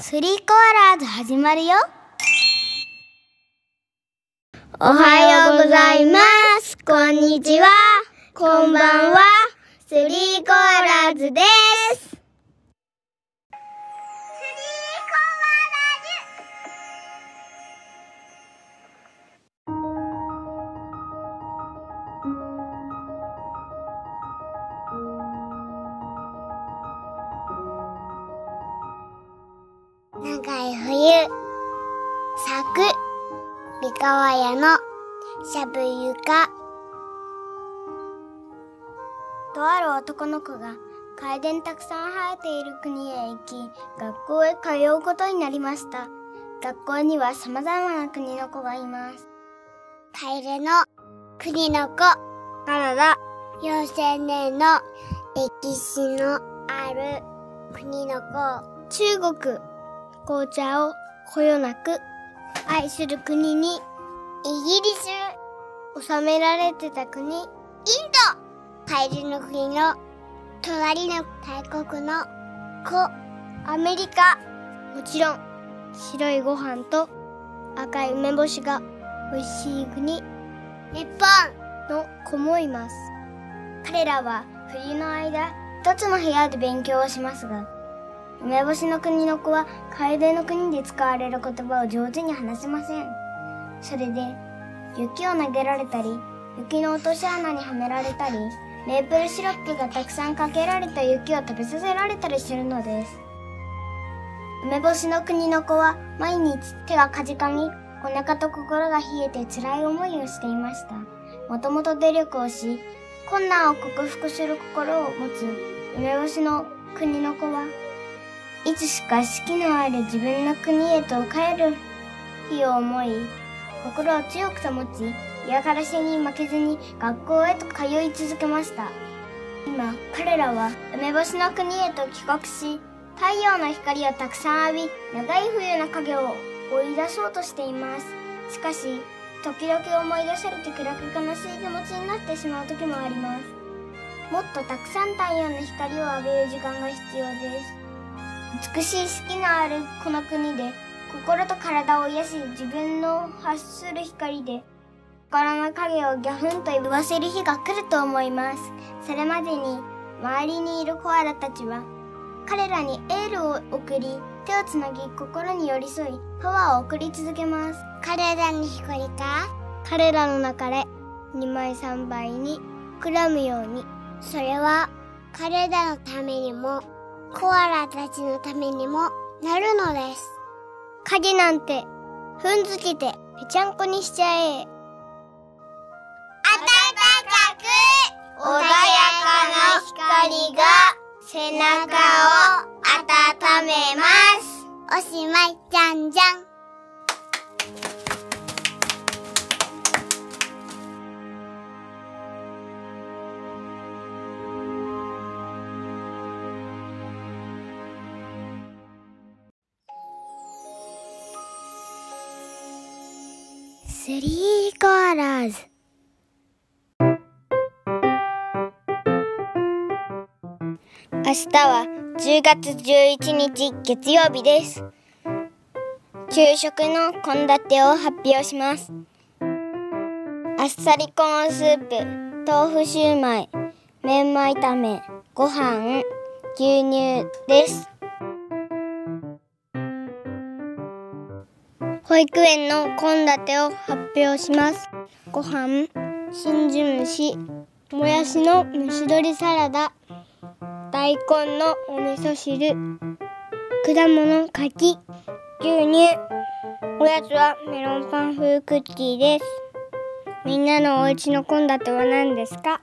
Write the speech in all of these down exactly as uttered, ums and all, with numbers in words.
スリーコアラーズ始まるよ。おはようございます。こんにちは。こんばんは。スリーコアラーズです。スリーコアラーズ。長い冬、咲く三河屋のしゃぶ床。とある男の子がカエデにたくさん生えている国へ行き、学校へ通うことになりました。学校には様々な国の子がいます。カエデの国の子、カナダ、よんせんねんの歴史のある国の子、中国、紅茶をこよなく愛する国に、イギリス、治められてた国、インド、カエデの国の隣の大国の子、アメリカ、もちろん白いご飯と赤い梅干しが美味しい国、日本の子もいます。彼らは冬の間一つの部屋で勉強をしますが、梅干しの国の子はカエデの国で使われる言葉を上手に話せません。それで雪を投げられたり、雪の落とし穴にはめられたり、メープルシロップがたくさんかけられた雪を食べさせられたりするのです。梅干しの国の子は毎日手がかじかみ、お腹と心が冷えて辛い思いをしていました。もともと努力をし、困難を克服する心を持つ梅干しの国の子は、いつしか四季のある自分の国へと帰る日を思い、心を強く保ち、嫌がらせに負けずに学校へと通い続けました。今、彼らは梅干しの国へと帰国し、太陽の光をたくさん浴び、長い冬の影を追い出そうとしています。しかし、時々思い出されて暗く悲しい気持ちになってしまう時もあります。もっとたくさん太陽の光を浴びる時間が必要です。美しい四季のあるこの国で、心と体を癒し、自分の発する光で心の影をギャフンと言わせる日が来ると思います。それまでに周りにいるコアラたちは彼らにエールを送り、手をつなぎ心に寄り添い、パワーを送り続けます。彼らに聞こえた？彼らの中でにばいさんばいに膨らむように。それは彼らのためにもコアラたちのためにもなるのです。影なんて踏んづけてぺちゃんこにしちゃえ。暖かく穏やかな光が背中を温めます。おしまい。じゃんじゃん。スリーコアラーズ。明日はじゅうがつじゅういちにち月曜日です。昼食の献立を発表します。あっさりコーンスープ、豆腐シューマイ、メンマ炒め、ご飯、牛乳です。保育園の献立を発表します。ご飯、真珠蒸し、もやしの蒸し鶏サラダ、大根のお味噌汁、果物柿、牛乳。おやつはメロンパン風クッキーです。みんなのお家の献立は何ですか？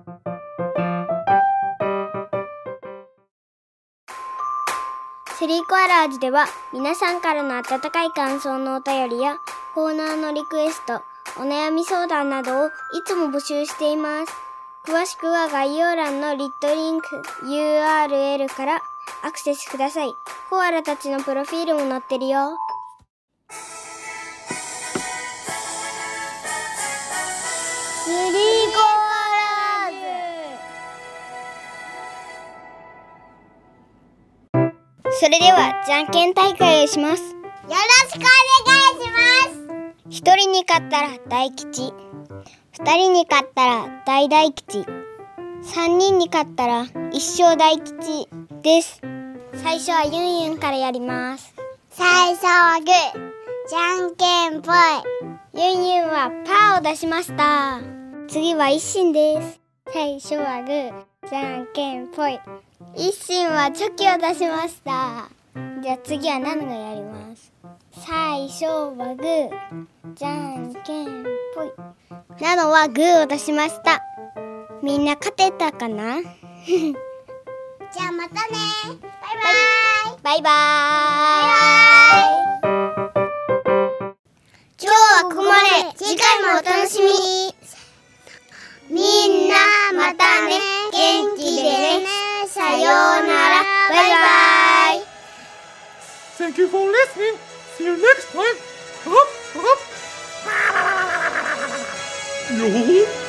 スリーコアラーズでは皆さんからの温かい感想のお便りやコーナーのリクエスト、お悩み相談などをいつも募集しています。詳しくは概要欄のリットリンク ユーアールエル からアクセスください。コアラたちのプロフィールも載ってるよ。スリーコアラーズ。 それではじゃんけん大会をします。よろしくお願いします。ひとりに勝ったら大吉、ふたりに勝ったら大大吉、さんにんに勝ったら一生大吉です。最初はユンユンからやります。最初はグー、じゃんけんぽい。ユンユンはパーを出しました。次は一心です。最初はグー、じゃんけんぽい。一心はチョキを出しました。じゃあ次はナノがやります。最初はグー、じゃんけんぽい。ナノはグーを出しました。みんな勝てたかな？じゃあまたね。バイバイ。バイバイ。今日はここまで。次回もお楽しみに。みんなまたね。元気でね。さようなら。バイバイ。 Thank you for listening. See you next time. Hop, hop. Yo.